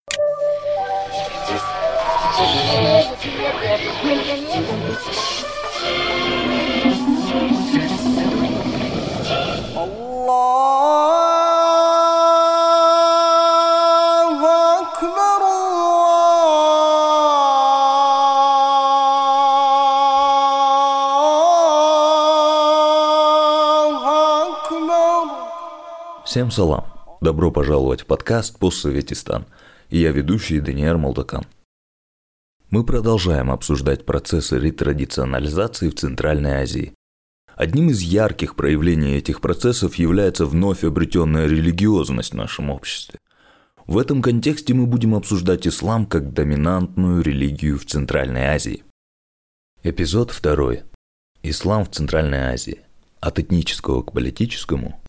Всем салам! Добро пожаловать в подкаст «Постсоветистан», и я ведущий Даниэль Молдакан. Мы продолжаем обсуждать процессы ретрадиционализации в Центральной Азии. Одним из ярких проявлений этих процессов является вновь обретенная религиозность в нашем обществе. В этом контексте мы будем обсуждать ислам как доминантную религию в Центральной Азии. Эпизод 2. Ислам в Центральной Азии. От этнического к политическому.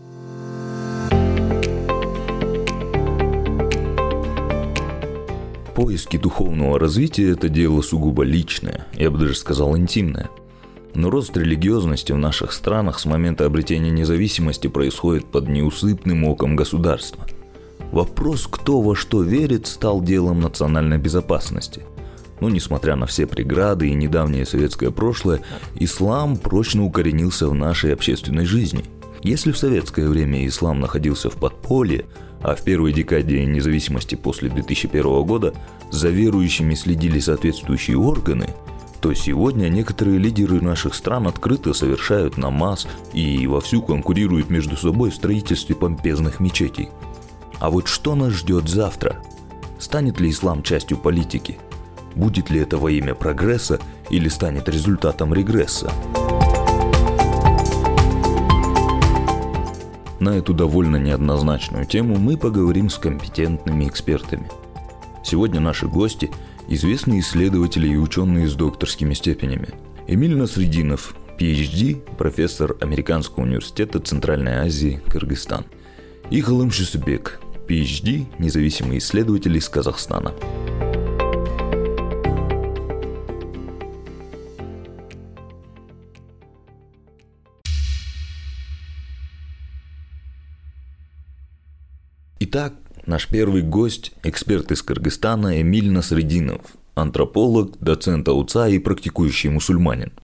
Поиски духовного развития – это дело сугубо личное, я бы даже сказал интимное. Но рост религиозности в наших странах с момента обретения независимости происходит под неусыпным оком государства. Вопрос, кто во что верит, стал делом национальной безопасности. Но несмотря на все преграды и недавнее советское прошлое, ислам прочно укоренился в нашей общественной жизни. Если в советское время ислам находился в подполье, а в первой декаде независимости после 2001 года за верующими следили соответствующие органы, то сегодня некоторые лидеры наших стран открыто совершают намаз и вовсю конкурируют между собой в строительстве помпезных мечетей. А вот что нас ждет завтра? Станет ли ислам частью политики? Будет ли это во имя прогресса или станет результатом регресса? На эту довольно неоднозначную тему мы поговорим с компетентными экспертами. Сегодня наши гости – известные исследователи и ученые с докторскими степенями. Эмиль Насреддинов, PhD, профессор Американского университета Центральной Азии, Кыргызстан. И Галым Жусупбек, PhD, независимый исследователь из Казахстана. Итак, наш первый гость – эксперт из Кыргызстана Эмиль Насреддинов, антрополог, доцент АУЦА и практикующий мусульманин.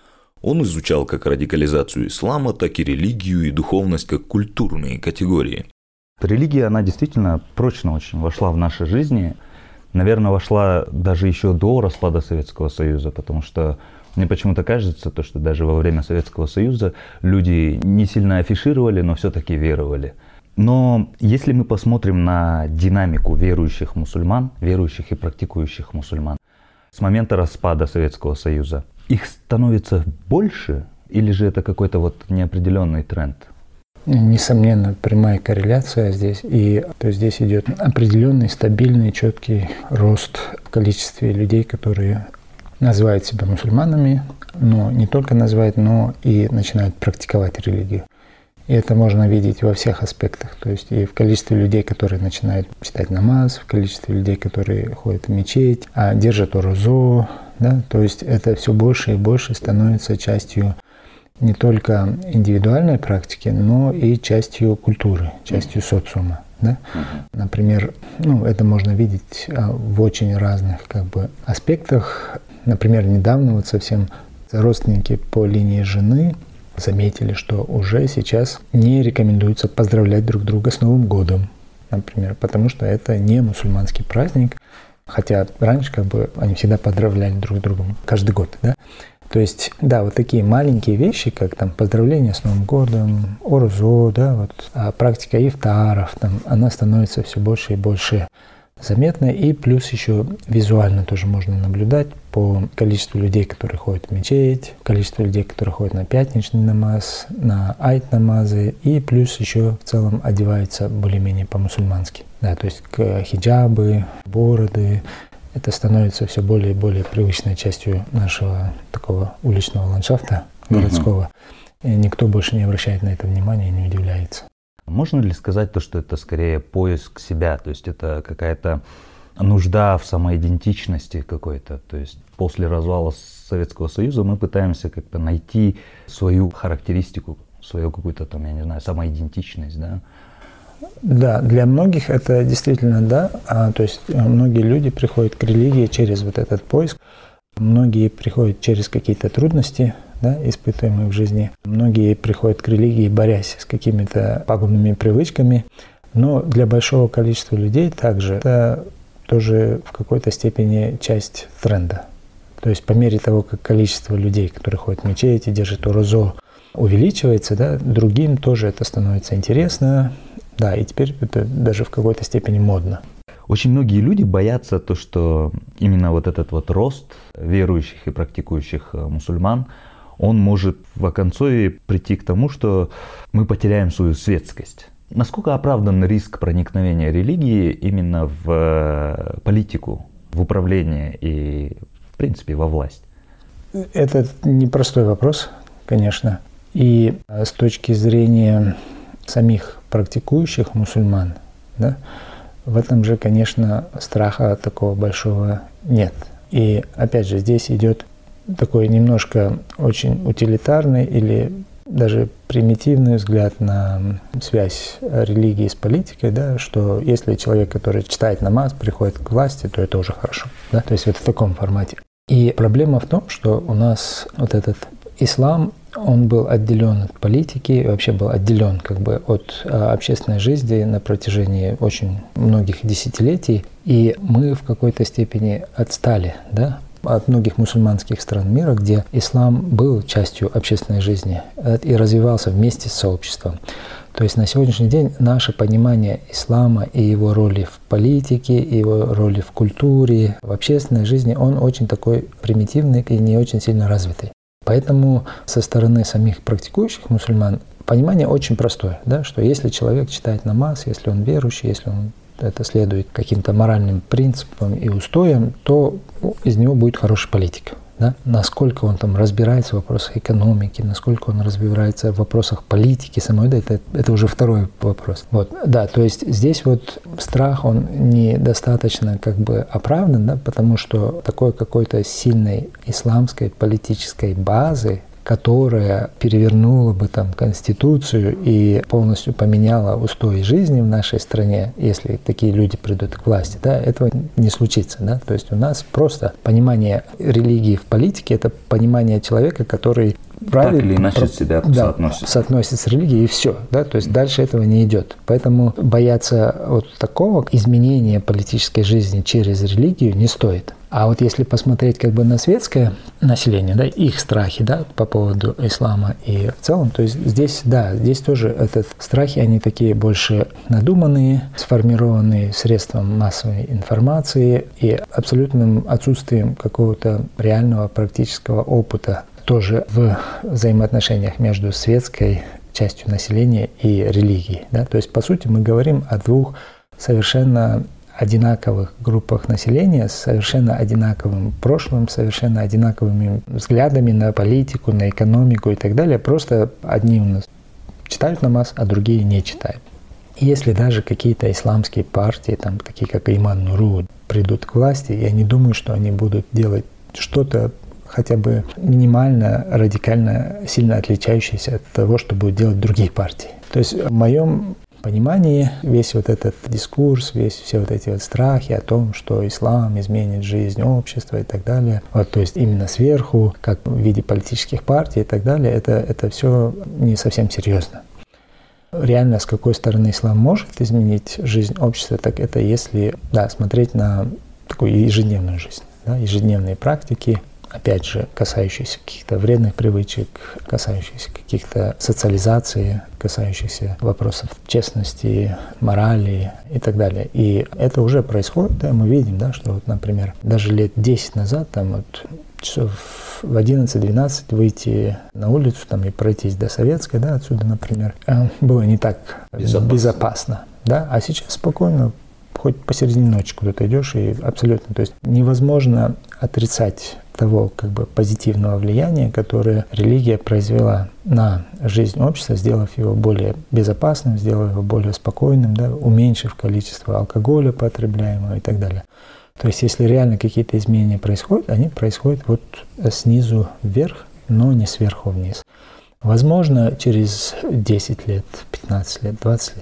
Он изучал как радикализацию ислама, так и религию и духовность как культурные категории. Религия, она действительно прочно очень вошла в наши жизни. Наверное, вошла даже еще до распада Советского Союза, потому что мне почему-то кажется, что даже во время Советского Союза люди не сильно афишировали, но все-таки веровали. Но если мы посмотрим на динамику верующих мусульман, верующих и практикующих мусульман, с момента распада Советского Союза, их становится больше или же это какой-то неопределенный тренд? Несомненно, прямая корреляция здесь. И то есть здесь идет определенный, стабильный, четкий рост в количестве людей, которые называют себя мусульманами, но не только называют, но и начинают практиковать религию. И это можно видеть во всех аспектах. То есть и в количестве людей, которые начинают читать намаз, в количестве людей, которые ходят в мечеть, держат орузу. Да? То есть это все больше и больше становится частью не только индивидуальной практики, но и частью культуры, частью социума. Да? Например, это можно видеть в очень разных аспектах. Например, недавно совсем родственники по линии жены заметили, что уже сейчас не рекомендуется поздравлять друг друга с Новым годом, например, потому что это не мусульманский праздник, хотя раньше они всегда поздравляли друг друга каждый год, да. То есть, да, такие маленькие вещи, как поздравления с Новым годом, орузо, да, а практика ифтаров, она становится все больше и больше заметно, и плюс еще визуально тоже можно наблюдать по количеству людей, которые ходят в мечеть, количеству людей, которые ходят на пятничный намаз, на айт-намазы, и плюс еще в целом одеваются более-менее по-мусульмански. Да, то есть хиджабы, бороды, это становится все более и более привычной частью нашего такого уличного ландшафта городского. И никто больше не обращает на это внимания и не удивляется. Можно ли сказать что это скорее поиск себя, то есть это какая-то нужда в самоидентичности какой-то, то есть после развала Советского Союза мы пытаемся как-то найти свою характеристику, свою какую-то самоидентичность, да? Да, для многих это действительно да. То есть многие люди приходят к религии через вот этот поиск. Многие приходят через какие-то трудности, да, испытываемые в жизни. Многие приходят к религии, борясь с какими-то пагубными привычками. Но для большого количества людей также это тоже в какой-то степени часть тренда. То есть по мере того, как количество людей, которые ходят в мечети, держат орозо, увеличивается, да, другим тоже это становится интересно. Да, и теперь это даже в какой-то степени модно. Очень многие люди боятся то, что именно вот этот вот рост верующих и практикующих мусульман, он может в оконцове прийти к тому, что мы потеряем свою светскость. Насколько оправдан риск проникновения религии именно в политику, в управление и, в принципе, во власть? Это непростой вопрос, конечно. И с точки зрения самих практикующих мусульман, да, в этом же, конечно, страха такого большого нет. И опять же, здесь идет такой немножко очень утилитарный или даже примитивный взгляд на связь религии с политикой, да, что если человек, который читает намаз, приходит к власти, то это уже хорошо. Да? То есть вот в таком формате. И проблема в том, что у нас вот этот ислам, он был отделен от политики, вообще был отделен как бы от общественной жизни на протяжении очень многих десятилетий. И мы в какой-то степени отстали, да, от многих мусульманских стран мира, где ислам был частью общественной жизни и развивался вместе с сообществом. То есть на сегодняшний день наше понимание ислама и его роли в политике, и его роли в культуре, в общественной жизни, он очень такой примитивный и не очень сильно развитый. Поэтому со стороны самих практикующих мусульман понимание очень простое, да, что если человек читает намаз, если он верующий, если он это следует каким-то моральным принципам и устоям, то из него будет хороший политик. Да? Насколько он там разбирается в вопросах экономики, насколько он разбирается в вопросах политики самой, да, это уже второй вопрос. Вот, да, то есть здесь вот страх, он недостаточно как бы оправдан, да, потому что такой какой-то сильной исламской политической базы, которая перевернула бы там Конституцию и полностью поменяла устои жизни в нашей стране, если такие люди придут к власти, да, этого не случится, да. То есть у нас просто понимание религии в политике — это понимание человека, который так или иначе себя соотносит с религией, и все, да, то есть дальше этого не идет. Поэтому бояться вот такого изменения политической жизни через религию не стоит. А вот если посмотреть как бы на светское население, да, их страхи, да, по поводу ислама и в целом, то есть здесь, да, здесь тоже этот страхи, они такие больше надуманные, сформированные средством массовой информации и абсолютным отсутствием какого-то реального практического опыта тоже в взаимоотношениях между светской частью населения и религией, да. То есть по сути мы говорим о двух совершенно одинаковых группах населения с совершенно одинаковым прошлым, совершенно одинаковыми взглядами на политику, на экономику и так далее. Просто одни у нас читают намаз, а другие не читают. И если даже какие-то исламские партии, там, такие как Иман Нуру, придут к власти, я не думаю, что они будут делать что-то хотя бы минимально, радикально, сильно отличающееся от того, что будут делать другие партии. То есть в моем понимании весь вот этот дискурс, все вот эти вот страхи о том, что ислам изменит жизнь общества и так далее, вот, то есть именно сверху, как в виде политических партий и так далее, это все не совсем серьезно. Реально, с какой стороны ислам может изменить жизнь общества, так это если, да, смотреть на такую ежедневную жизнь, да, ежедневные практики, опять же, касающиеся каких-то вредных привычек, касающиеся каких-то социализации, касающихся вопросов честности, морали и так далее. И это уже происходит, да, мы видим, да, что, вот, например, даже лет 10 назад, там, вот, часов в 11-12 выйти на улицу там, и пройтись до Советской, да, отсюда, например, было не так безопасно, да, а сейчас спокойно, хоть посередине ночи куда-то идешь, и абсолютно, то есть невозможно отрицать того как бы позитивного влияния, которое религия произвела на жизнь общества, сделав его более безопасным, сделав его более спокойным, да, уменьшив количество алкоголя потребляемого и так далее. То есть если реально какие-то изменения происходят, они происходят вот снизу вверх, но не сверху вниз. Возможно, через 10 лет, 15 лет, 20 лет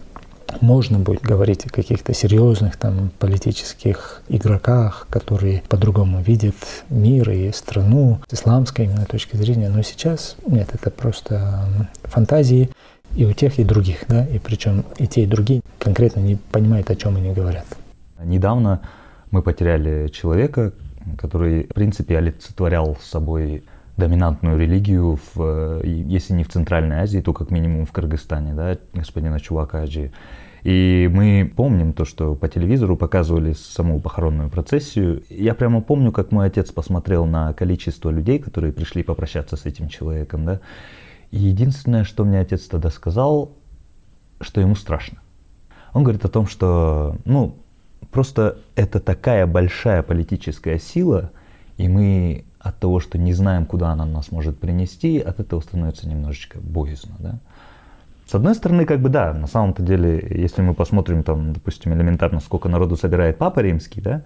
можно будет говорить о каких-то серьезных там политических игроках, которые по-другому видят мир и страну с исламской именно точки зрения. Но сейчас нет, это просто фантазии и у тех, и других, да, и причем и те, и другие конкретно не понимают, о чем они говорят. Недавно мы потеряли человека, который, в принципе, олицетворял собой доминантную религию, если не в Центральной Азии, то как минимум в Кыргызстане, да, господина Чувака Хаджи. И мы помним то, что по телевизору показывали саму похоронную процессию. Я прямо помню, как мой отец посмотрел на количество людей, которые пришли попрощаться с этим человеком, да. И единственное, что мне отец тогда сказал, что ему страшно. Он говорит о том, что, просто это такая большая политическая сила, и мы от того, что не знаем, куда она нас может принести, от этого становится немножечко боязно, да. С одной стороны, да, на самом-то деле, если мы посмотрим, там, допустим, элементарно, сколько народу собирает Папа Римский, да,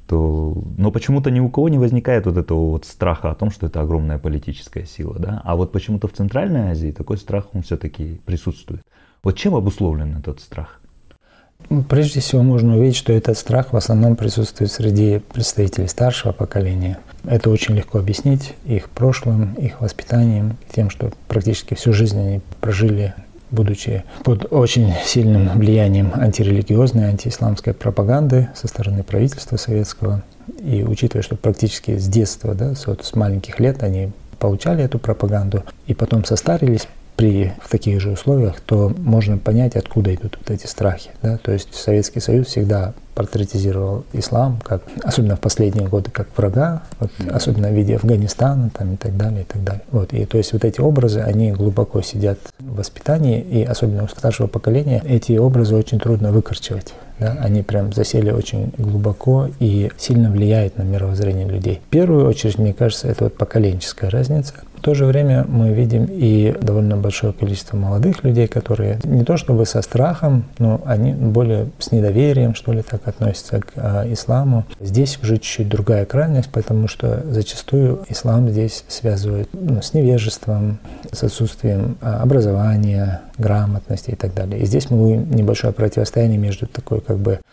но почему-то ни у кого не возникает вот этого вот страха о том, что это огромная политическая сила, да. А вот почему-то в Центральной Азии такой страх, он все-таки присутствует. Вот чем обусловлен этот страх? Прежде всего можно увидеть, что этот страх в основном присутствует среди представителей старшего поколения. Это очень легко объяснить их прошлым, их воспитанием, тем, что практически всю жизнь они прожили, будучи под очень сильным влиянием антирелигиозной, антиисламской пропаганды со стороны правительства советского. И учитывая, что практически с детства, да, с маленьких лет они получали эту пропаганду и потом состарились в таких же условиях, то можно понять, откуда идут вот эти страхи. Да? То есть Советский Союз всегда портретизировал ислам, особенно в последние годы, как врага, особенно в виде Афганистана там, и так далее, и так далее. И то есть вот эти образы, они глубоко сидят в воспитании, и особенно у старшего поколения эти образы очень трудно выкорчевать. Да? Они прям засели очень глубоко и сильно влияют на мировоззрение людей. В первую очередь, мне кажется, это поколенческая разница. В то же время мы видим и довольно большое количество молодых людей, которые не то чтобы со страхом, но они более с недоверием, что ли, так относятся к исламу. Здесь уже чуть-чуть другая крайность, потому что зачастую ислам здесь связывают с невежеством, с отсутствием образования, грамотности и так далее. И здесь мы видим небольшое противостояние между такой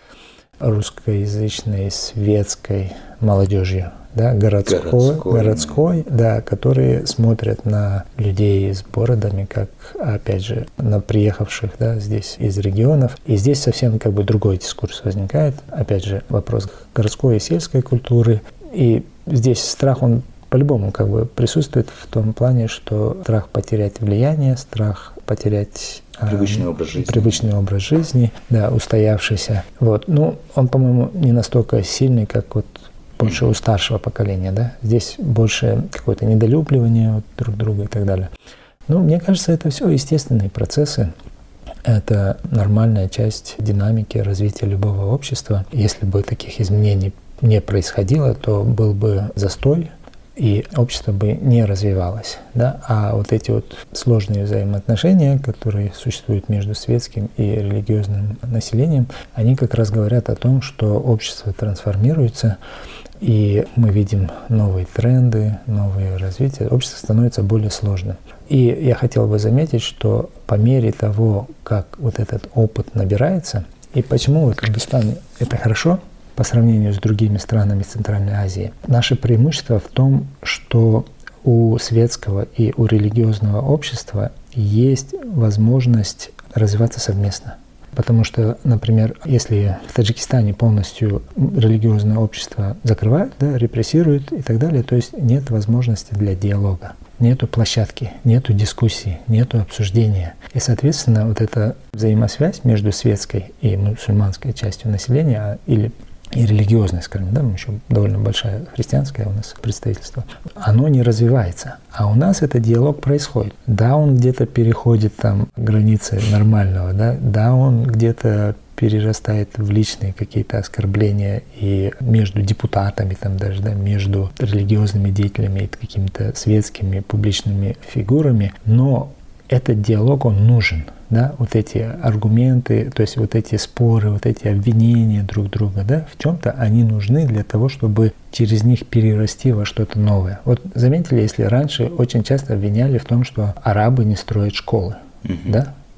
русскоязычной, светской молодежью, да, городской, да, которые смотрят на людей с бородами, как, опять же, на приехавших, да, здесь из регионов. И здесь совсем другой дискурс возникает. Опять же, вопрос городской и сельской культуры. И здесь страх, он по-любому присутствует в том плане, что страх потерять влияние, страх потерять привычный образ жизни, да, устоявшийся. Он, по-моему, не настолько сильный, как больше у старшего поколения, да. Здесь больше какое-то недолюбливание друг друга и так далее. Мне кажется, это все естественные процессы. Это нормальная часть динамики развития любого общества. Если бы таких изменений не происходило, то был бы застой, и общество бы не развивалось. Да? А вот эти сложные взаимоотношения, которые существуют между светским и религиозным населением, они как раз говорят о том, что общество трансформируется, и мы видим новые тренды, новые развития. Общество становится более сложным. И я хотел бы заметить, что по мере того, как этот опыт набирается, и почему Кыргызстан — это хорошо, по сравнению с другими странами Центральной Азии. Наше преимущество в том, что у светского и у религиозного общества есть возможность развиваться совместно. Потому что, например, если в Таджикистане полностью религиозное общество закрывают, да, репрессируют и так далее, то есть нет возможности для диалога, нету площадки, нету дискуссии, нету обсуждения. И, соответственно, эта взаимосвязь между светской и мусульманской частью населения и религиозное, скажем, да, еще довольно большая христианское у нас представительство, оно не развивается. А у нас этот диалог происходит. Да, он где-то переходит границы нормального, да, он где-то перерастает в личные какие-то оскорбления и между депутатами, даже, да, между религиозными деятелями и какими-то светскими публичными фигурами, но этот диалог, он нужен. Да, эти аргументы, то есть эти споры, эти обвинения друг друга, да, в чем-то они нужны для того, чтобы через них перерасти во что-то новое. Заметили, если раньше очень часто обвиняли в том, что арабы не строят школы, да, то есть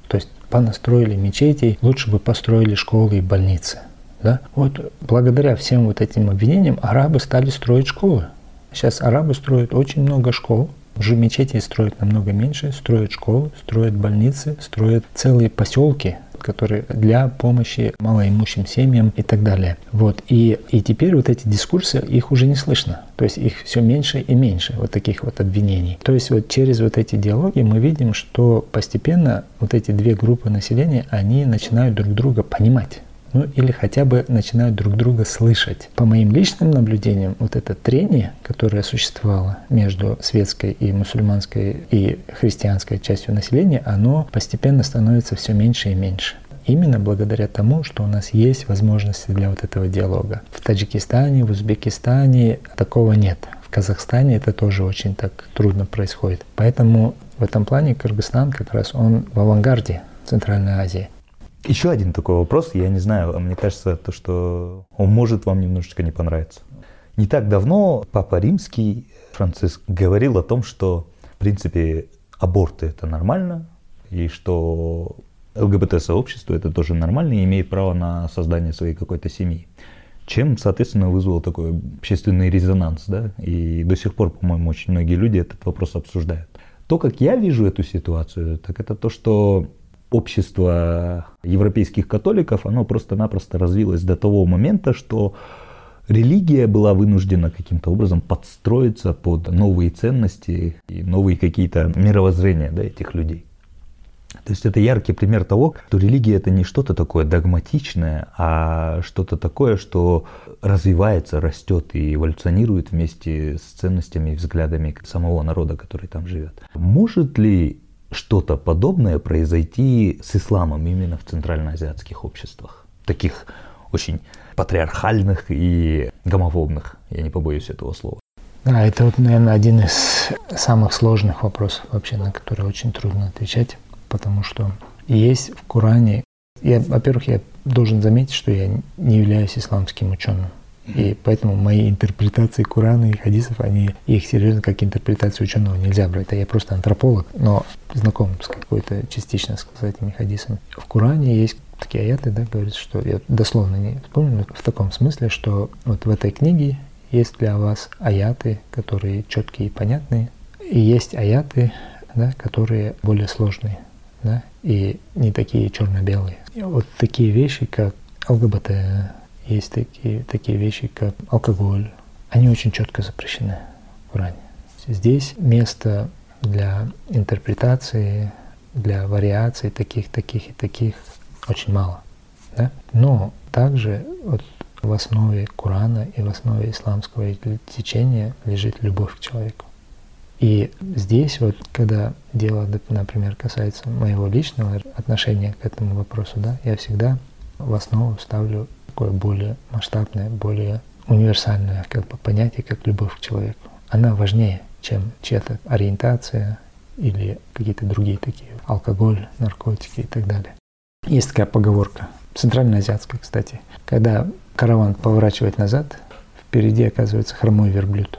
понастроили мечетей, лучше бы построили школы и больницы. Да? Вот благодаря всем вот этим обвинениям арабы стали строить школы. Сейчас арабы строят очень много школ, уже мечетей строят намного меньше, строят школы, строят больницы, строят целые поселки, которые для помощи малоимущим семьям и так далее. Вот. И теперь вот эти дискурсы, их уже не слышно. То есть их все меньше и меньше, вот таких вот обвинений. То есть вот через вот эти диалоги мы видим, что постепенно вот эти две группы населения, они начинают друг друга понимать. Ну или хотя бы начинают друг друга слышать. По моим личным наблюдениям, вот это трение, которое существовало между светской и мусульманской и христианской частью населения, оно постепенно становится все меньше и меньше. Именно благодаря тому, что у нас есть возможности для вот этого диалога. В Таджикистане, в Узбекистане такого нет. В Казахстане это тоже очень так трудно происходит. Поэтому в этом плане Кыргызстан как раз он в авангарде Центральной Азии. Еще один такой вопрос, я не знаю, мне кажется, то, что он может вам немножечко не понравиться. Не так давно Папа Римский Франциск говорил о том, что, в принципе, аборты это нормально, и что ЛГБТ-сообщество это тоже нормально и имеет право на создание своей какой-то семьи. Чем, соответственно, вызвал такой общественный резонанс, да, и до сих пор, по-моему, очень многие люди этот вопрос обсуждают. То, как я вижу эту ситуацию, так это то, что общество европейских католиков, оно просто-напросто развилось до того момента, что религия была вынуждена каким-то образом подстроиться под новые ценности и новые какие-то мировоззрения, да, этих людей. То есть это яркий пример того, что религия это не что-то такое догматичное, а что-то такое, что развивается, растет и эволюционирует вместе с ценностями и взглядами самого народа, который там живет. Может ли что-то подобное произойти с исламом именно в центральноазиатских обществах, таких очень патриархальных и гомофобных, я не побоюсь этого слова? Да, это вот, наверное, один из самых сложных вопросов вообще, на которые очень трудно отвечать, потому что есть в Коране, во-первых, я должен заметить, что я не являюсь исламским ученым. И поэтому мои интерпретации Корана и хадисов, их серьезно как интерпретацию ученого нельзя брать. Я просто антрополог, но знаком с какой-то частично с этими хадисами. В Коране есть такие аяты, да, говорят, что я дословно не вспомню, но в таком смысле, что вот в этой книге есть для вас аяты, которые четкие и понятные, и есть аяты, да, которые более сложные, да, и не такие черно-белые. И вот такие вещи, как ЛГБТ, есть такие вещи, как алкоголь. Они очень четко запрещены в Коране. Здесь места для интерпретации, для вариаций таких очень мало. Да? Но также вот в основе Корана и в основе исламского течения лежит любовь к человеку. И здесь вот, когда дело, например, касается моего личного отношения к этому вопросу, да, я всегда в основу ставлю такое более масштабное, более универсальное понятие, как любовь к человеку. Она важнее, чем чья-то ориентация или какие-то другие такие, алкоголь, наркотики и так далее. Есть такая поговорка, центральноазиатская, кстати, когда караван поворачивает назад, впереди оказывается хромой верблюд.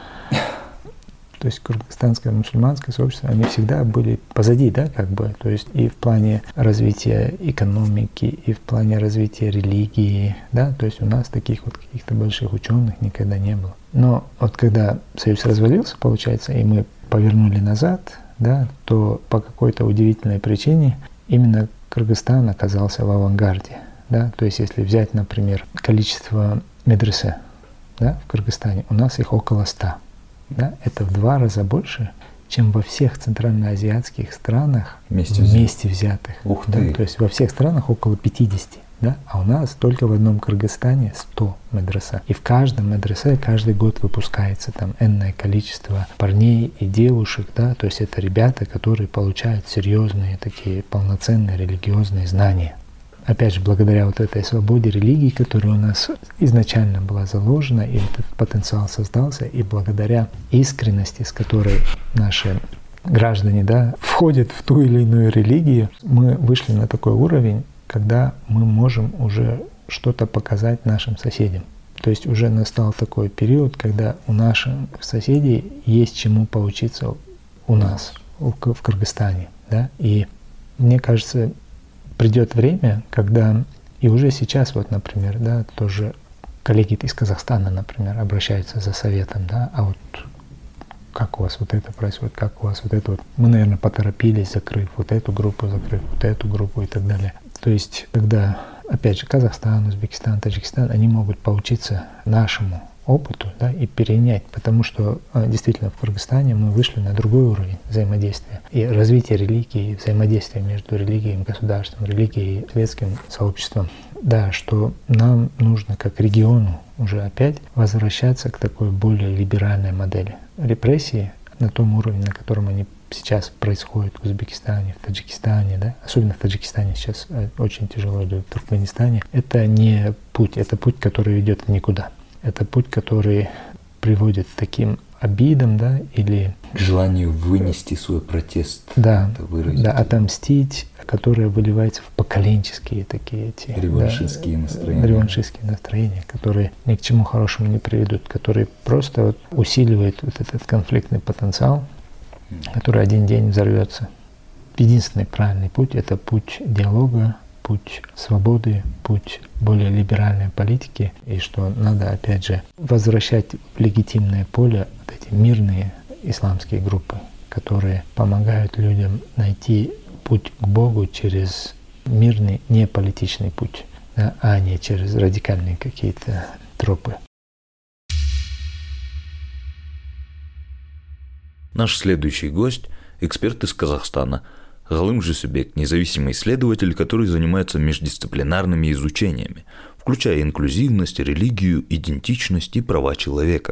То есть кыргызстанское мусульманское сообщество, они всегда были позади, да, как бы, то есть и в плане развития экономики, и в плане развития религии, да, то есть у нас таких вот каких-то больших ученых никогда не было. Но вот когда Союз развалился, получается, и мы повернули назад, да, то по какой-то удивительной причине именно Кыргызстан оказался в авангарде, да, то есть если взять, например, количество медресе, да, в Кыргызстане, у нас их около 100. Да, это в 2 раза больше, чем во всех центральноазиатских странах вместе взятых. Ух да? ты. То есть во всех странах около 50, да? А у нас только в одном Кыргызстане 100 медресе. И в каждом медресе каждый год выпускается там энное количество парней и девушек, да? То есть это ребята, которые получают серьезные такие полноценные религиозные знания. Опять же, благодаря вот этой свободе религии, которая у нас изначально была заложена, и этот потенциал создался, и благодаря искренности, с которой наши граждане, да, входят в ту или иную религию, мы вышли на такой уровень, когда мы можем уже что-то показать нашим соседям. То есть уже настал такой период, когда у наших соседей есть чему поучиться у нас, в Кыргызстане. Да? И мне кажется, придет время, когда, и уже сейчас, вот, например, да, тоже коллеги из Казахстана, например, обращаются за советом, да, а вот как у вас вот это происходит, как у вас вот это вот. Мы, наверное, поторопились, закрыв вот эту группу, закрыв вот эту группу и так далее. То есть, когда, опять же, Казахстан, Узбекистан, Таджикистан, они могут поучиться нашему опыту, да, и перенять, потому что действительно в Кыргызстане мы вышли на другой уровень взаимодействия. И развитие религии, взаимодействия между религией и государством, религией и светским сообществом. Да, что нам нужно как региону уже опять возвращаться к такой более либеральной модели. Репрессии на том уровне, на котором они сейчас происходят в Узбекистане, в Таджикистане, да, особенно в Таджикистане сейчас очень тяжело идет, в Туркменистане, это не путь, это путь, который ведет в никуда. Это путь, который приводит к таким обидам, да, или к желанию вынести свой протест, да, да, отомстить, которое выливается в поколенческие такие эти реваншистские настроения. Реваншистские настроения, которые ни к чему хорошему не приведут, которые просто вот усиливают вот этот конфликтный потенциал, который один день взорвется. Единственный правильный путь — это путь диалога, путь свободы, путь более либеральной политики, и что надо, опять же, возвращать в легитимное поле вот эти мирные исламские группы, которые помогают людям найти путь к Богу через мирный, не политичный путь, да, а не через радикальные какие-то тропы. Наш следующий гость – эксперт из Казахстана – Галым Жусубек, независимый исследователь, который занимается междисциплинарными изучениями, включая инклюзивность, религию, идентичность и права человека.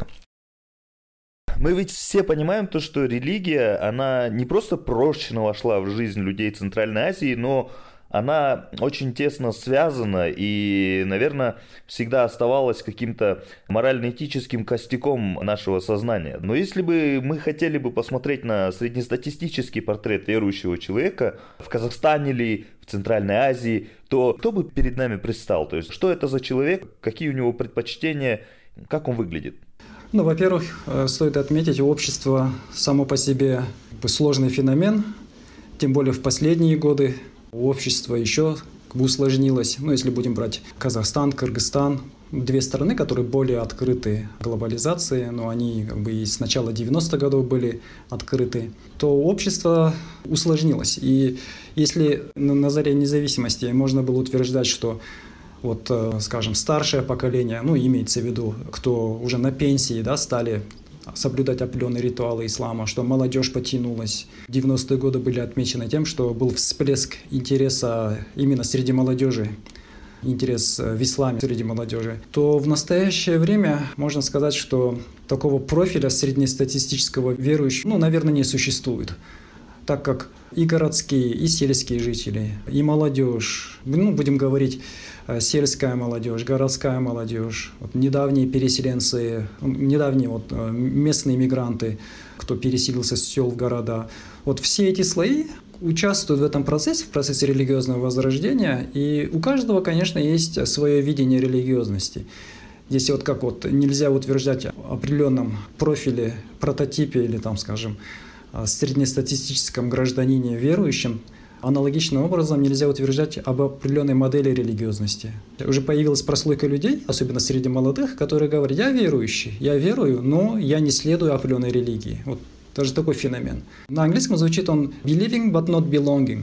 Мы ведь все понимаем то, что религия, она не просто прочно вошла в жизнь людей Центральной Азии, но она очень тесно связана и, наверное, всегда оставалась каким-то морально-этическим костяком нашего сознания. Но если бы мы хотели бы посмотреть на среднестатистический портрет верующего человека в Казахстане или в Центральной Азии, то кто бы перед нами предстал? То есть, что это за человек, какие у него предпочтения, как он выглядит? Ну, во-первых, стоит отметить, общество само по себе сложный феномен, тем более в последние годы. Общество еще усложнилось. Ну, если будем брать Казахстан, Кыргызстан, две страны, которые более открыты глобализации, но они как бы и с начала 90-х годов были открыты, то общество усложнилось. И если на заре независимости можно было утверждать, что вот, скажем, старшее поколение, ну, имеется в виду, кто уже на пенсии, да, стали соблюдать определенные ритуалы ислама, что молодежь потянулась. 90-е годы были отмечены тем, что был всплеск интереса именно среди молодежи, интерес в исламе среди молодежи, то в настоящее время можно сказать, что такого профиля среднестатистического верующего, ну, наверное, не существует, так как и городские, и сельские жители, и молодежь, ну, будем говорить, сельская молодежь, городская молодежь, вот недавние переселенцы, недавние вот местные мигранты, кто переселился с сел в города. Вот все эти слои участвуют в этом процессе, в процессе религиозного возрождения, и у каждого, конечно, есть свое видение религиозности. Здесь вот как вот нельзя утверждать о определенном профиле, прототипе или там, скажем, среднестатистическом гражданине верующем, аналогичным образом нельзя утверждать об определенной модели религиозности. Уже появилась прослойка людей, особенно среди молодых, которые говорят: я верующий, я верую, но я не следую определенной религии. Вот даже такой феномен. На английском звучит он believing but not belonging.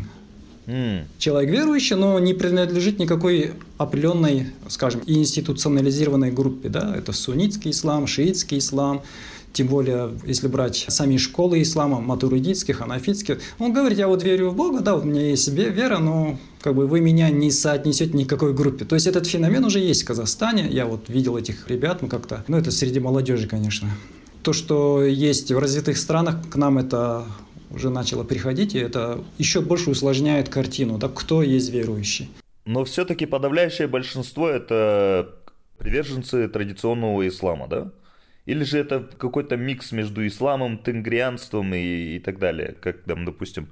Человек верующий, но не принадлежит никакой определенной, скажем, институционализированной группе. Да? Это суннитский ислам, шиитский ислам. Тем более, если брать сами школы ислама, матуридитских, ханафитских, он говорит: я вот верю в Бога, да, вот у меня есть вера, но как бы вы меня не соотнесете ни к какой группе. То есть этот феномен уже есть в Казахстане, я вот видел этих ребят, ну как-то, ну это среди молодежи, конечно. То, что есть в развитых странах, к нам это уже начало приходить, и это еще больше усложняет картину, да, кто есть верующий. Но все-таки подавляющее большинство — это приверженцы традиционного ислама, да? Или же это какой-то микс между исламом, тенгрианством и так далее, как там, допустим,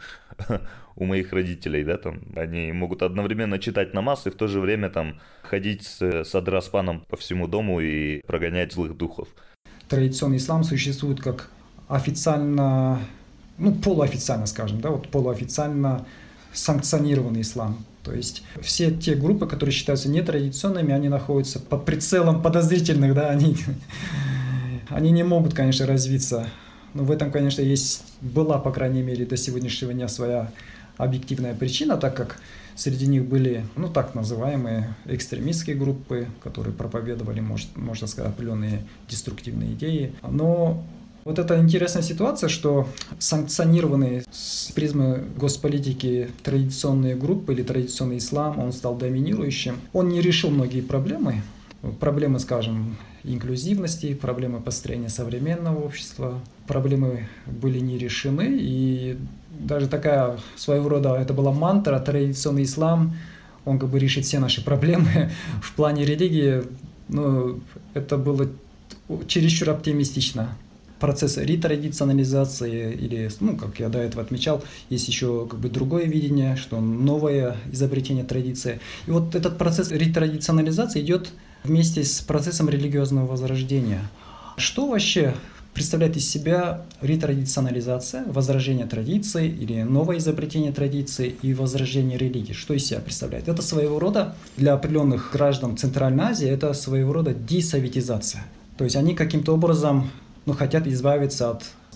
у моих родителей, да, там, они могут одновременно читать намаз и в то же время там ходить с адраспаном по всему дому и прогонять злых духов. Традиционный ислам существует как официально, ну, полуофициально, скажем, да, вот полуофициально санкционированный ислам. То есть все те группы, которые считаются нетрадиционными, они находятся под прицелом подозрительных, да, они не могут, конечно, развиться. Но в этом, конечно, была, по крайней мере, до сегодняшнего дня своя объективная причина, так как среди них были, так называемые экстремистские группы, которые проповедовали, можно сказать, определенные деструктивные идеи. Но вот эта интересная ситуация, что санкционированные с призмы госполитики традиционные группы или традиционный ислам, он стал доминирующим. Он не решил многие проблемы, скажем, инклюзивности, проблемы построения современного общества. Проблемы были не решены, и даже такая своего рода, это была мантра, традиционный ислам, он как бы решит все наши проблемы в плане религии, это было чересчур оптимистично. Процесс ретрадиционализации или, как я до этого отмечал, есть еще как бы другое видение, что новое изобретение традиции. И вот этот процесс ретрадиционализации идет вместе с процессом религиозного возрождения. Что вообще представляет из себя ретрадиционализация, возрождение традиции или новое изобретение традиции и возрождение религии? Что из себя представляет? Это своего рода для определенных граждан Центральной Азии, это своего рода десоветизация. То есть они каким-то образом хотят избавиться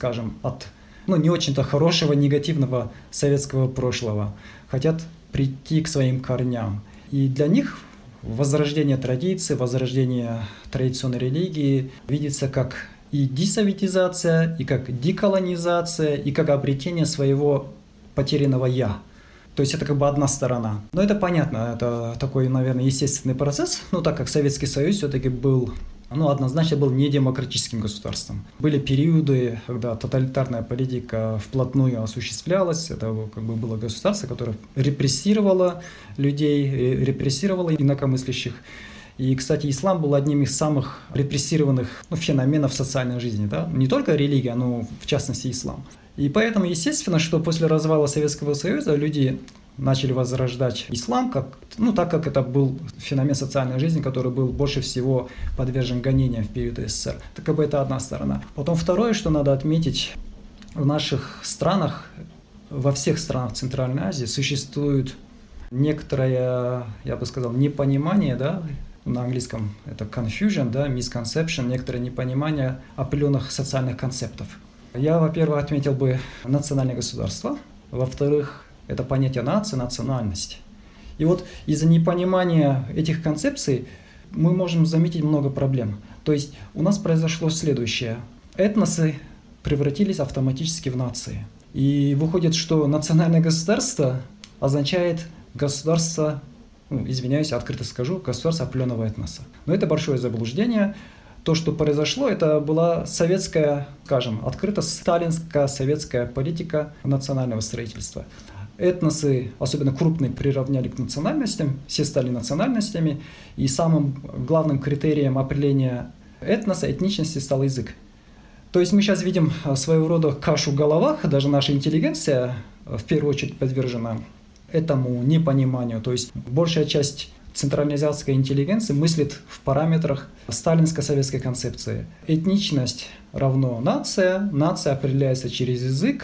от не очень-то хорошего, негативного советского прошлого, хотят прийти к своим корням. И для них возрождение традиции, возрождение традиционной религии видится как и десоветизация, и как деколонизация, и как обретение своего потерянного «я». То есть это как бы одна сторона. Но это понятно, это такой, наверное, естественный процесс, так как Советский Союз все-таки был однозначно был недемократическим государством. Были периоды, когда тоталитарная политика вплотную осуществлялась. Это как бы было государство, которое репрессировало людей, репрессировало инакомыслящих. И, кстати, ислам был одним из самых репрессированных феноменов социальной жизни. Да? Не только религия, но в частности ислам. И поэтому, естественно, что после развала Советского Союза люди начали возрождать ислам, так как это был феномен социальной жизни, который был больше всего подвержен гонениям в период СССР. Так как бы это одна сторона. Потом второе, что надо отметить, в наших странах, во всех странах Центральной Азии существует некоторое, я бы сказал, непонимание, да, на английском это confusion, да, misconception, некоторое непонимание определенных социальных концептов. Я, во-первых, отметил бы национальное государство, во-вторых, это понятие нации, национальность. И вот из-за непонимания этих концепций мы можем заметить много проблем. То есть у нас произошло следующее. Этносы превратились автоматически в нации. И выходит, что национальное государство означает государство, открыто скажу, государство определенного этноса. Но это большое заблуждение. То, что произошло, это была советская, открыто сталинская советская политика национального строительства. Этносы, особенно крупные, приравняли к национальностям, все стали национальностями, и самым главным критерием определения этноса, этничности стал язык. То есть мы сейчас видим своего рода кашу в головах, даже наша интеллигенция в первую очередь подвержена этому непониманию. То есть большая часть централизации интеллигенции мыслит в параметрах сталинско-советской концепции. Этничность равно нация, нация определяется через язык,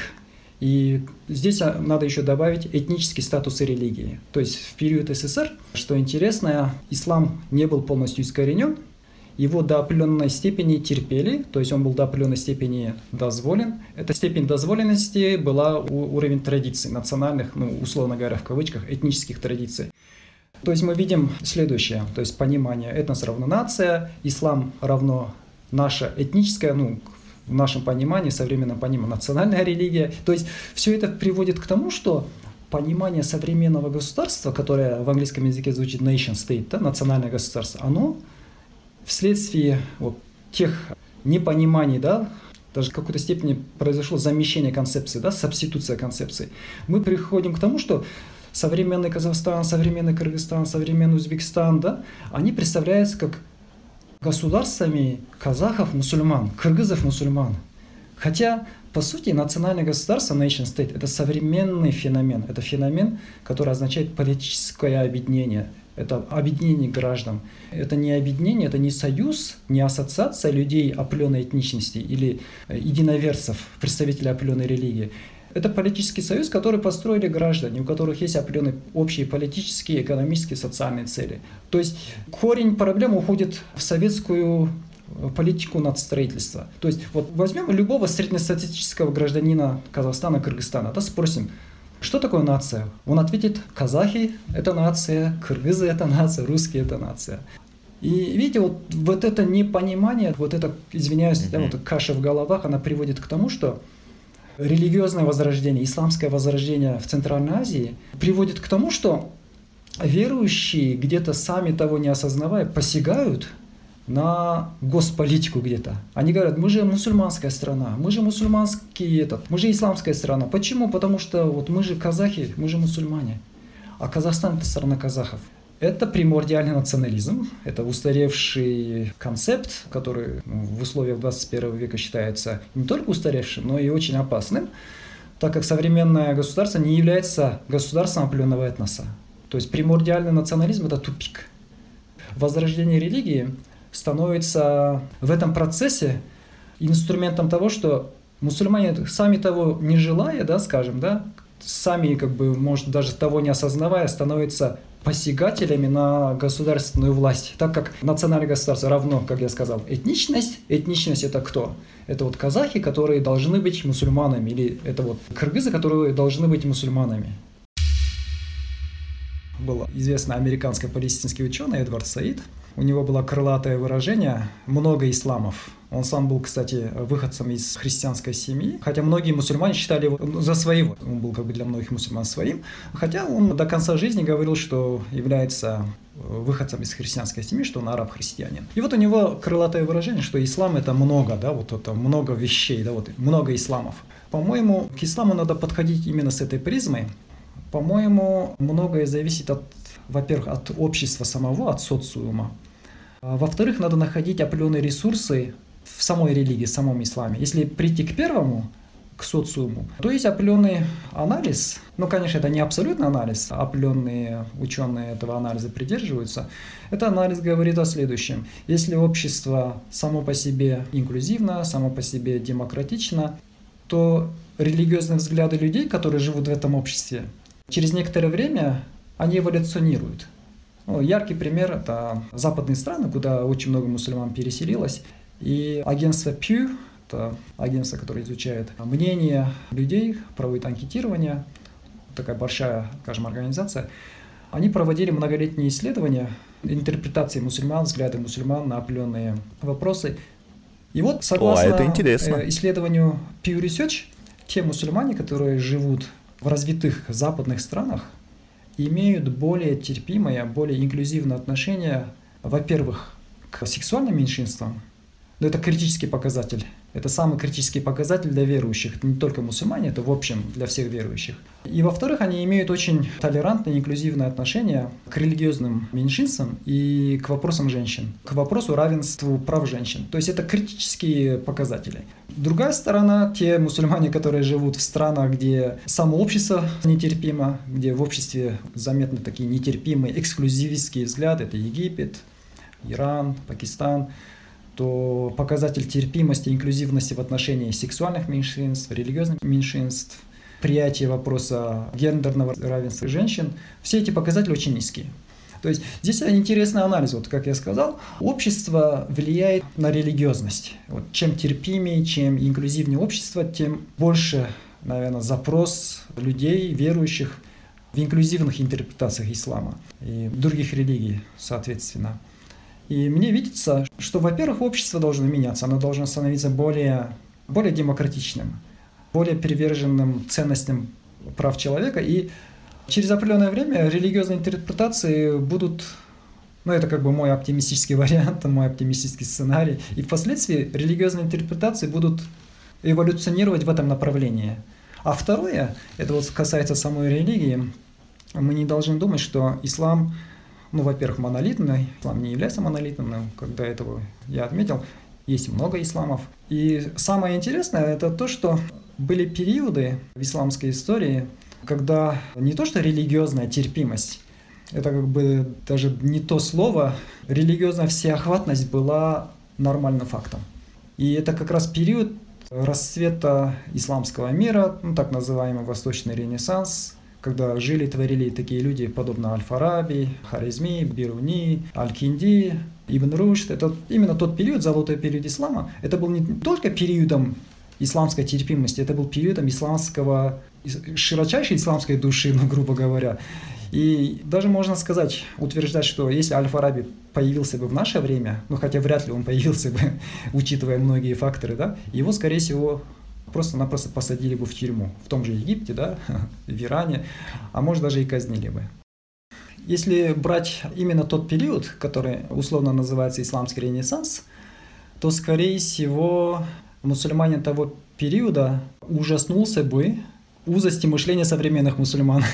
и здесь надо еще добавить этнический статус и религии. То есть в период СССР, что интересно, ислам не был полностью искоренен, его до определенной степени терпели, то есть он был до определенной степени дозволен. Эта степень дозволенности была уровень традиций, национальных, условно говоря, в кавычках, этнических традиций. То есть мы видим следующее, то есть понимание: этнос равно нация, ислам равно наша этническая, в нашем понимании, современном понимании, национальная религия. То есть все это приводит к тому, что понимание современного государства, которое в английском языке звучит nation state, да, национальное государство, оно вследствие тех непониманий, да, даже в какой-то степени произошло замещение концепции, да, субституция концепции. Мы приходим к тому, что современный Казахстан, современный Кыргызстан, современный Узбекистан, да, они представляются как государствами казахов, мусульман, кыргызов, мусульман. Хотя, по сути, национальное государство, nation state, это современный феномен. Это феномен, который означает политическое объединение. Это объединение граждан. Это не объединение, это не союз, не ассоциация людей определенной этничности или единоверцев, представителей определенной религии. Это политический союз, который построили граждане, у которых есть определенные общие политические, экономические, социальные цели. То есть корень проблемы уходит в советскую политику надстроительства. То есть вот возьмем любого среднестатистического гражданина Казахстана, Кыргызстана, да, спросим, что такое нация? Он ответит: казахи – это нация, кыргызы – это нация, русские – это нация. И видите, вот это непонимание, вот это, извиняюсь, да, вот каша в головах, она приводит к тому, что религиозное возрождение, исламское возрождение в Центральной Азии приводит к тому, что верующие, где-то сами того не осознавая, посягают на госполитику где-то. Они говорят: мы же мусульманская страна, мы же мы же исламская страна. Почему? Потому что вот мы же казахи, мы же мусульмане, а Казахстан – это страна казахов. Это примордиальный национализм, это устаревший концепт, который в условиях 21 века считается не только устаревшим, но и очень опасным, так как современное государство не является государством определенного этноса. То есть примордиальный национализм – это тупик. Возрождение религии становится в этом процессе инструментом того, что мусульмане, сами того не желая, да, скажем, да, сами, может, даже того не осознавая, становятся посягателями на государственную власть, так как национальное государство равно, как я сказал, этничность. Этничность – это кто? Это вот казахи, которые должны быть мусульманами, или это вот кыргызы, которые должны быть мусульманами. Был известный американско-палестинский ученый Эдвард Саид. У него было крылатое выражение «много исламов». Он сам был, кстати, выходцем из христианской семьи, хотя многие мусульмане считали его за своего. Он был для многих мусульман своим, хотя он до конца жизни говорил, что является выходцем из христианской семьи, что он араб-христианин. И вот у него крылатое выражение, что ислам – это много, да, вот это много вещей, да, вот много исламов. По-моему, к исламу надо подходить именно с этой призмой. По-моему, многое зависит во-первых, от общества самого, от социума. Во-вторых, надо находить определенные ресурсы в самой религии, в самом исламе. Если прийти к первому, к социуму, то есть определенный анализ. Конечно, это не абсолютный анализ, определенные ученые этого анализа придерживаются. Этот анализ говорит о следующем. Если общество само по себе инклюзивно, само по себе демократично, то религиозные взгляды людей, которые живут в этом обществе, через некоторое время они эволюционируют. Яркий пример – это западные страны, куда очень много мусульман переселилось. И агентство Pew, это агентство, которое изучает мнение людей, проводит анкетирование, такая большая, скажем, организация, они проводили многолетние исследования интерпретации мусульман, взгляды мусульман на определенные вопросы. И вот, согласно исследованию Pew Research, те мусульмане, которые живут в развитых западных странах, имеют более терпимое, более инклюзивное отношение, во-первых, к сексуальным меньшинствам. Но это критический показатель. Это самый критический показатель для верующих. Это не только мусульмане, это в общем для всех верующих. И во-вторых, они имеют очень толерантное, инклюзивное отношение к религиозным меньшинствам и к вопросам женщин, к вопросу равенства прав женщин. То есть это критические показатели. Другая сторона, те мусульмане, которые живут в странах, где само общество нетерпимо, где в обществе заметны такие нетерпимые эксклюзивистские взгляды, это Египет, Иран, Пакистан, то показатель терпимости и инклюзивности в отношении сексуальных меньшинств, религиозных меньшинств, приятие вопроса гендерного равенства женщин, все эти показатели очень низкие. То есть здесь интересный анализ, вот как я сказал, общество влияет на религиозность. Вот чем терпимее, чем инклюзивнее общество, тем больше, наверное, запрос людей, верующих в инклюзивных интерпретациях ислама и других религий, соответственно. И мне видится, что, во-первых, общество должно меняться, оно должно становиться более демократичным, более приверженным ценностям прав человека. И через определенное время религиозные интерпретации будут, это мой оптимистический вариант, мой оптимистический сценарий. И впоследствии религиозные интерпретации будут эволюционировать в этом направлении. А второе, это касается самой религии, мы не должны думать, что ислам, во-первых, монолитный. Ислам не является монолитным, но когда этого я отметил, есть много исламов. И самое интересное – это то, что были периоды в исламской истории, когда не то что религиозная терпимость, это даже не то слово, религиозная всеохватность была нормальным фактом. И это как раз период расцвета исламского мира, так называемый Восточный Ренессанс, когда жили, творили такие люди, подобно Аль-Фараби, Хорезми, Бируни, Аль-Кинди, Ибн Рушд. Это именно тот период, золотой период ислама. Это был не только периодом исламской терпимости, это был периодом широчайшей исламской души, грубо говоря. И даже можно сказать, утверждать, что если Аль-Фараби появился бы в наше время, хотя вряд ли он появился бы, учитывая многие факторы, да, его, скорее всего, просто-напросто посадили бы в тюрьму, в том же Египте, да, в Иране, а может даже и казнили бы. Если брать именно тот период, который условно называется исламский ренессанс, то, скорее всего, мусульманин того периода ужаснулся бы узости мышления современных мусульман.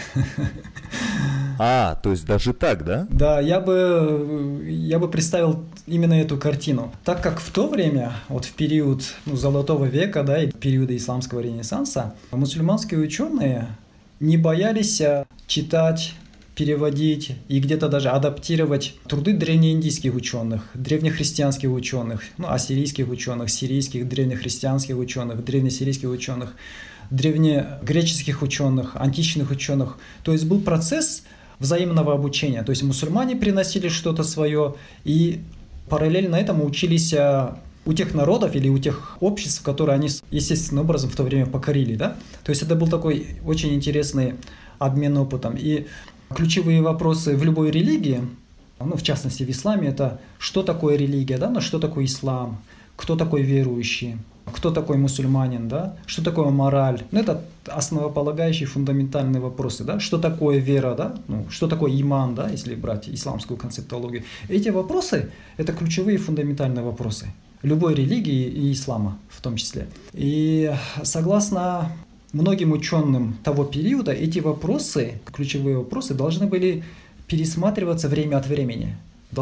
То есть даже так, да? Да, я бы представил именно эту картину. Так как в то время, в период Золотого века, да, и периода исламского ренессанса, мусульманские ученые не боялись читать, переводить и где-то даже адаптировать труды древнеиндийских ученых, древнехристианских ученых, ассирийских ученых, сирийских древнехристианских ученых, древнесирийских ученых, древнегреческих ученых, античных ученых. То есть был процесс взаимного обучения. То есть мусульмане приносили что-то свое, и параллельно этому учились у тех народов или у тех обществ, которые они естественным образом в то время покорили. Да? То есть это был такой очень интересный обмен опытом. И ключевые вопросы в любой религии, в частности в исламе, это что такое религия, да? Что такое ислам, кто такой верующий, кто такой мусульманин, да? Что такое мораль. Это основополагающие фундаментальные вопросы. Да? Что такое вера, да? Что такое иман, да? Если брать исламскую концептологию. Эти вопросы – это ключевые фундаментальные вопросы любой религии и ислама в том числе. И согласно многим ученым того периода, эти вопросы, ключевые вопросы, должны были пересматриваться время от времени.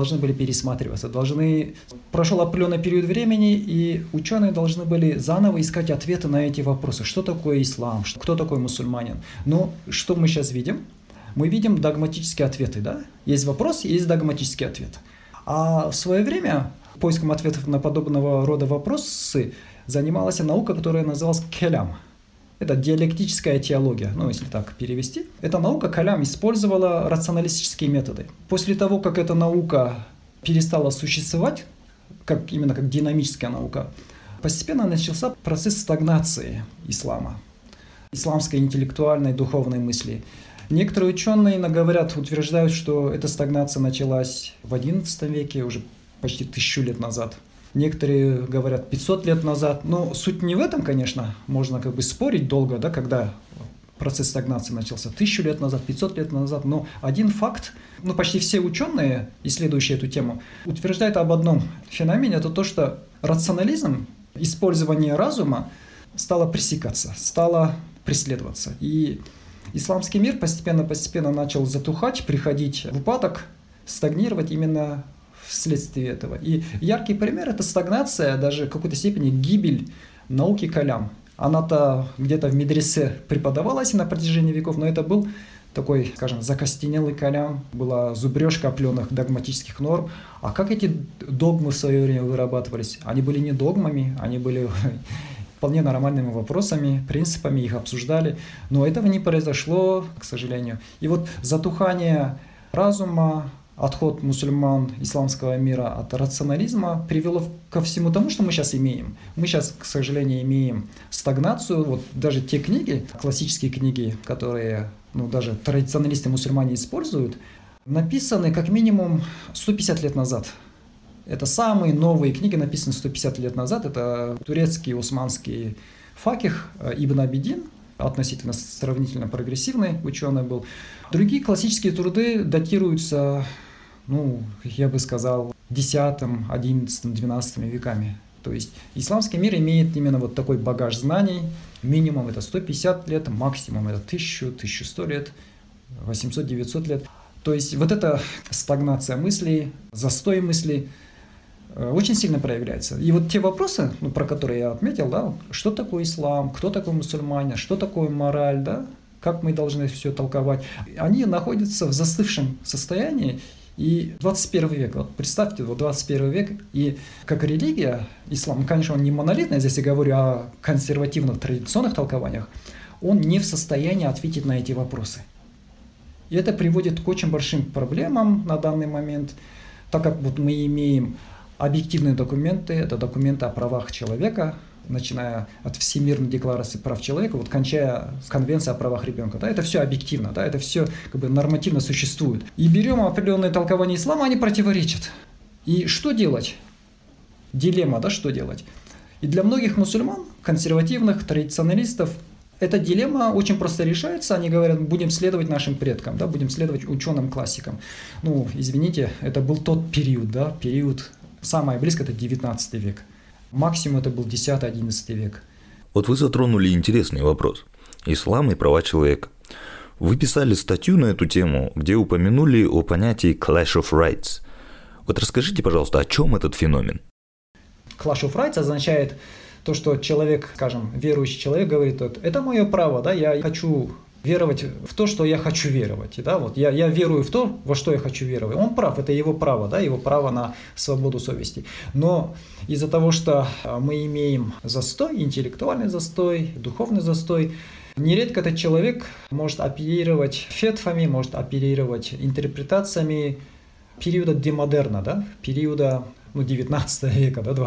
Прошел определенный период времени, и ученые должны были заново искать ответы на эти вопросы. Что такое ислам? Кто такой мусульманин? Но что мы сейчас видим? Мы видим догматические ответы. Да? Есть вопрос, есть догматический ответ. А в свое время поиском ответов на подобного рода вопросы занималась наука, которая называлась келям. Это диалектическая теология, если так перевести. Эта наука, калям, использовала рационалистические методы. После того, как эта наука перестала существовать, именно как динамическая наука, постепенно начался процесс стагнации ислама, исламской интеллектуальной, духовной мысли. Некоторые ученые утверждают, что эта стагнация началась в XI веке, уже почти 1000 лет назад. Некоторые говорят 500 лет назад. Но суть не в этом, конечно. Можно спорить долго, да, когда процесс стагнации начался 1000 лет назад, 500 лет назад. Но один факт, почти все ученые, исследующие эту тему, утверждают об одном феномене. Это то, что рационализм, использование разума стало пресекаться, стало преследоваться. И исламский мир постепенно начал затухать, приходить в упадок, стагнировать именно вследствие этого. И яркий пример – это стагнация, даже в какой-то степени гибель науки калям. Она-то где-то в медресе преподавалась на протяжении веков, но это был такой, скажем, закостенелый калям, была зубрежка определенных догматических норм. А как эти догмы в свое время вырабатывались? Они были не догмами, они были вполне нормальными вопросами, принципами, их обсуждали. Но этого не произошло, к сожалению. И затухание разума, отход мусульман исламского мира от рационализма привело ко всему тому, что мы сейчас имеем. Мы сейчас, к сожалению, имеем стагнацию. Даже те книги, классические книги, которые даже традиционалисты-мусульмане используют, написаны как минимум 150 лет назад. Это самые новые книги, написанные 150 лет назад. Это турецкий, османский факих Ибн Абидин, относительно сравнительно прогрессивный ученый был. Другие классические труды датируются, я бы сказал, X, XI, XII веками. То есть исламский мир имеет именно такой багаж знаний. Минимум это 150 лет, максимум это 1000, 1100 лет, 800-900 лет. То есть эта стагнация мыслей, застой мыслей очень сильно проявляется. И те вопросы, про которые я отметил, да, что такое ислам, кто такой мусульманин, что такое мораль, да, как мы должны все толковать, они находятся в застывшем состоянии. И 21 век, вот представьте, вот 21 век, и как религия, ислам, конечно, он не монолитный, здесь я говорю о консервативных традиционных толкованиях, он не в состоянии ответить на эти вопросы. И это приводит к очень большим проблемам на данный момент, так как вот мы имеем объективные документы, это документы о правах человека, начиная от Всемирной декларации прав человека, вот кончая с Конвенцией о правах ребенка. Да, это все объективно, да, это все как бы нормативно существует. И берем определенные толкования ислама, они противоречат. И что делать? Дилемма, да, что делать? И для многих мусульман, консервативных, традиционалистов, эта дилемма очень просто решается. Они говорят, будем следовать нашим предкам, да, будем следовать ученым-классикам. Ну, извините, это был тот период, да, период, самое близкое, это 19 век. Максимум это был 10-11 век. Вот вы затронули интересный вопрос. Ислам и права человека. Вы писали статью на эту тему, где упомянули о понятии Clash of Rights. Вот расскажите, пожалуйста, о чем этот феномен? Clash of Rights означает то, что человек, скажем, верующий человек говорит, вот, это мое право, да, я хочу веровать в то, что я хочу веровать. Да? Вот я верую в то, во что я хочу веровать. Он прав, это его право, да, его право на свободу совести. Но из-за того, что мы имеем застой, интеллектуальный застой, духовный застой, нередко этот человек может оперировать фетвами, может оперировать интерпретациями периода демодерна, да? Периода 19 века, да,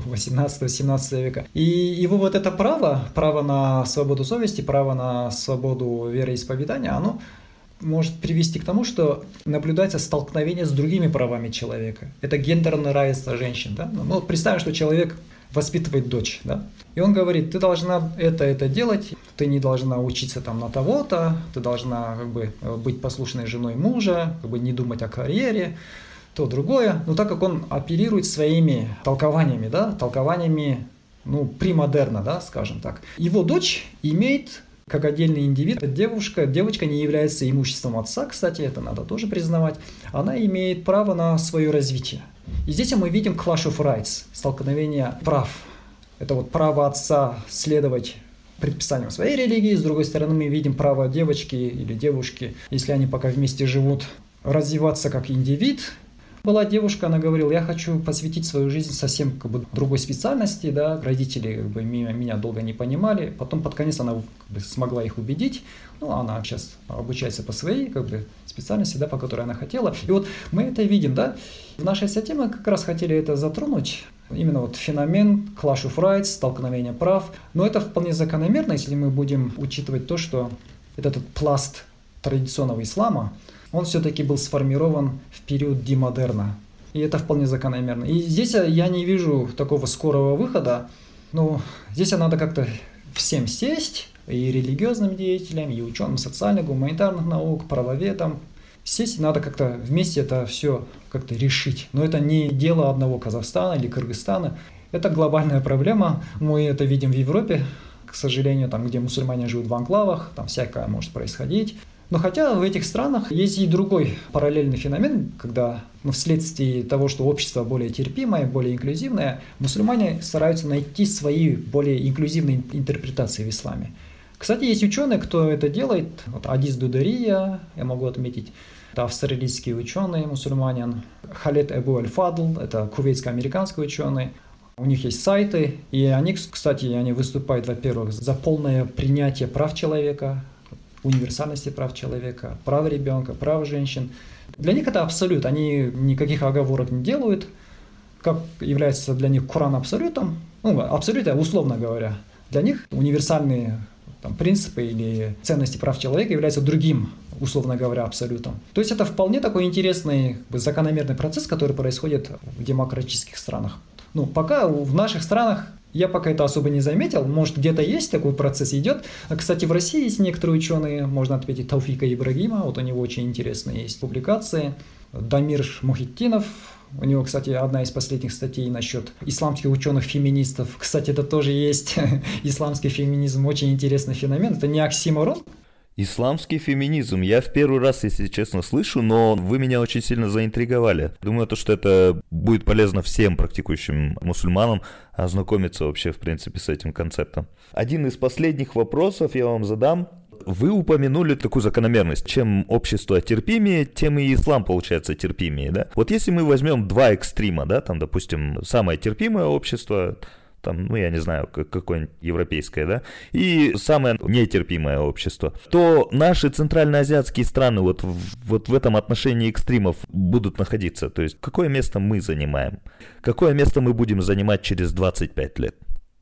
18-17 века. И его вот это право на свободу совести, право на свободу вероисповедания, оно может привести к тому, что наблюдается столкновение с другими правами человека. Это гендерное равенство женщин. Да? Ну, представим, что человек воспитывает дочь, да? И он говорит, ты должна это делать, ты не должна учиться там на того-то, ты должна как бы быть послушной женой мужа, как бы не думать о карьере, то другое. Но так как он оперирует своими толкованиями, да, толкованиями, ну, премодерна, да, скажем так, его дочь имеет как отдельный индивид, девочка не является имуществом отца, кстати, это надо тоже признавать, она имеет право на свое развитие. И здесь мы видим clash of rights, столкновение прав. Это вот право отца следовать предписаниям своей религии, с другой стороны мы видим право девочки или девушки, если они пока вместе живут, развиваться как индивид. Была девушка, она говорила, я хочу посвятить свою жизнь совсем как бы другой специальности, да, родители как бы, меня долго не понимали, потом под конец она как бы, смогла их убедить, ну, она сейчас обучается по своей как бы, специальности, да, по которой она хотела, и вот мы это видим, да, в нашей статье мы как раз хотели это затронуть, именно вот феномен clash of rights, столкновение прав, но это вполне закономерно, если мы будем учитывать то, что этот пласт традиционного ислама, он все-таки был сформирован в период демодерна. И это вполне закономерно. И здесь я не вижу такого скорого выхода. Но здесь надо как-то всем сесть, и религиозным деятелям, и ученым социальных, гуманитарных наук, правоведам. Сесть, надо как-то вместе это все как-то решить. Но это не дело одного Казахстана или Кыргызстана. Это глобальная проблема. Мы это видим в Европе. К сожалению, там, где мусульмане живут в анклавах, там всякое может происходить. Но хотя в этих странах есть и другой параллельный феномен, когда вследствие того, что общество более терпимое, более инклюзивное, мусульмане стараются найти свои более инклюзивные интерпретации в исламе. Кстати, есть ученые, кто это делает. Вот Адис Дудария, я могу отметить, это австралийский ученый, мусульманин. Халед Эбу Аль-Фадл, это кувейтско-американский ученый. У них есть сайты, и они, кстати, они выступают, во-первых, за полное принятие прав человека, универсальности прав человека, прав ребенка, прав женщин. Для них это абсолют, они никаких оговорок не делают. Как является для них Коран абсолютом? Ну, абсолют, условно говоря. Для них универсальные там, принципы или ценности прав человека являются другим, условно говоря, абсолютом. То есть это вполне такой интересный, закономерный процесс, который происходит в демократических странах. Ну, пока в наших странах я пока это особо не заметил, может где-то есть такой процесс идет. Кстати, в России есть некоторые ученые, можно отметить Тауфика Ибрагима, вот у него очень интересные есть публикации. Дамир Мухитдинов, у него, кстати, одна из последних статей насчет исламских ученых-феминистов. Кстати, это тоже есть исламский феминизм, очень интересный феномен, это не оксиморон. Исламский феминизм. Я в первый раз, если честно, слышу, но вы меня очень сильно заинтриговали. Думаю, что это будет полезно всем практикующим мусульманам ознакомиться вообще, в принципе, с этим концептом. Один из последних вопросов я вам задам. Вы упомянули такую закономерность. Чем общество терпимее, тем и ислам получается терпимее, да? Вот если мы возьмем два экстрима, да, там, допустим, самое терпимое общество, там, ну, я не знаю, какое-нибудь европейское, да, и самое нетерпимое общество, то наши центральноазиатские страны вот в этом отношении экстримов будут находиться. То есть, какое место мы занимаем? Какое место мы будем занимать через 25 лет?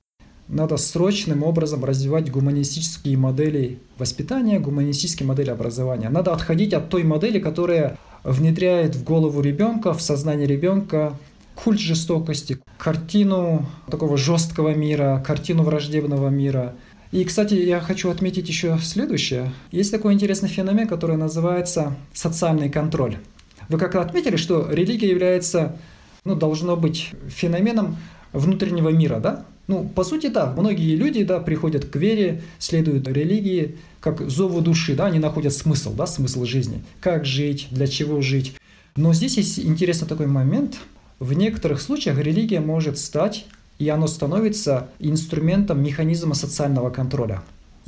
Надо срочным образом развивать гуманистические модели воспитания, гуманистические модели образования. Надо отходить от той модели, которая внедряет в голову ребенка, в сознание ребенка культ жестокости, картину такого жесткого мира, картину враждебного мира. И, кстати, я хочу отметить еще следующее. Есть такой интересный феномен, который называется социальный контроль. Вы как-то отметили, что религия является, должно быть феноменом внутреннего мира, да? По сути, да, многие люди, да, приходят к вере, следуют религии, как зову души, да, они находят смысл, да, смысл жизни, как жить, для чего жить. Но здесь есть интересный такой момент. В некоторых случаях религия может стать, и оно становится инструментом механизма социального контроля.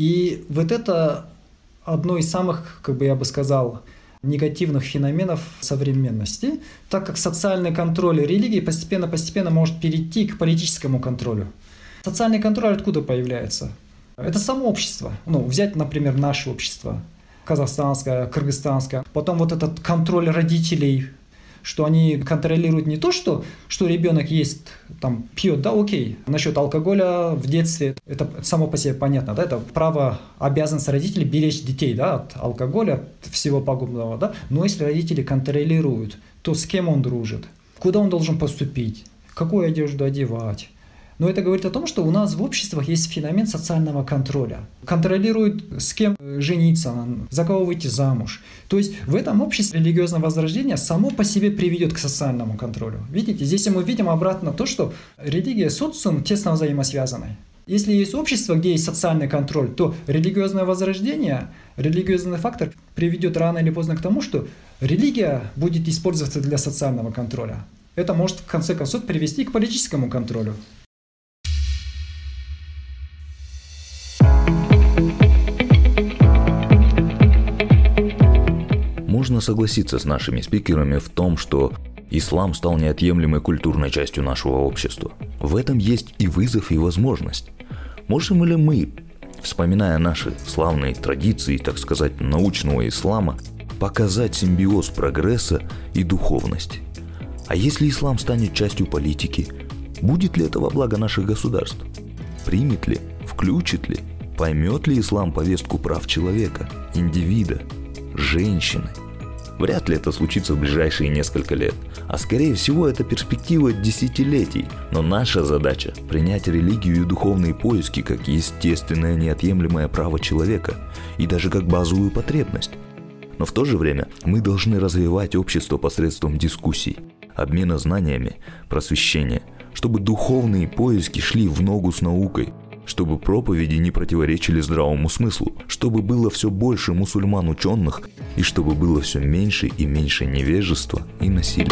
И вот это одно из самых, я бы сказал, негативных феноменов современности, так как социальный контроль религии постепенно может перейти к политическому контролю. Социальный контроль откуда появляется? Это само общество. Взять, например, наше общество, казахстанское, кыргызстанское. Потом вот этот контроль родителей, что они контролируют не то, что ребенок есть, пьет, да, окей. Насчет алкоголя в детстве, это само по себе понятно, да, это право, обязанность родителей беречь детей, да, от алкоголя, от всего пагубного, да. Но если родители контролируют, то с кем он дружит, куда он должен поступить, какую одежду одевать. Но это говорит о том, что у нас в обществах есть феномен социального контроля. Контролируют, с кем жениться, за кого выйти замуж. То есть в этом обществе религиозное возрождение само по себе приведет к социальному контролю. Видите, здесь мы видим обратно то, что религия и социум тесно взаимосвязаны. Если есть общество, где есть социальный контроль, то религиозное возрождение, религиозный фактор приведет рано или поздно к тому, что религия будет использоваться для социального контроля. Это может в конце концов привести к политическому контролю. Можно согласиться с нашими спикерами в том, что ислам стал неотъемлемой культурной частью нашего общества. В этом есть и вызов, и возможность. Можем ли мы, вспоминая наши славные традиции, так сказать, научного ислама, показать симбиоз прогресса и духовности? А если ислам станет частью политики, будет ли это во благо наших государств? Примет ли, включит ли, поймет ли ислам повестку прав человека, индивида, женщины? Вряд ли это случится в ближайшие несколько лет, а скорее всего это перспектива десятилетий. Но наша задача – принять религию и духовные поиски как естественное неотъемлемое право человека и даже как базовую потребность. Но в то же время мы должны развивать общество посредством дискуссий, обмена знаниями, просвещения, чтобы духовные поиски шли в ногу с наукой, чтобы проповеди не противоречили здравому смыслу, чтобы было все больше мусульман-ученых и чтобы было все меньше и меньше невежества и насилия.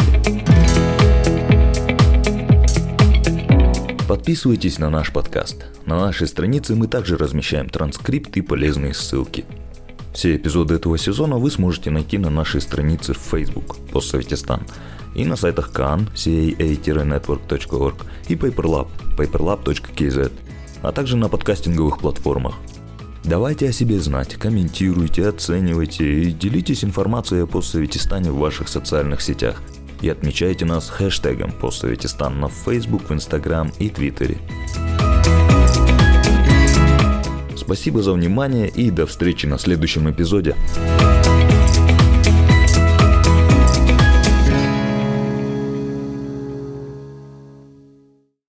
Подписывайтесь на наш подкаст. На нашей странице мы также размещаем транскрипт и полезные ссылки. Все эпизоды этого сезона вы сможете найти на нашей странице в Facebook «Постсоветистан» и на сайтах CAN, caa-network.org и PaperLab, paperlab.kz, а также на подкастинговых платформах. Давайте о себе знать, комментируйте, оценивайте и делитесь информацией о Постсоветистане в ваших социальных сетях. И отмечайте нас хэштегом Постсоветистан на Facebook, в Instagram и Твиттере. Спасибо за внимание и до встречи на следующем эпизоде.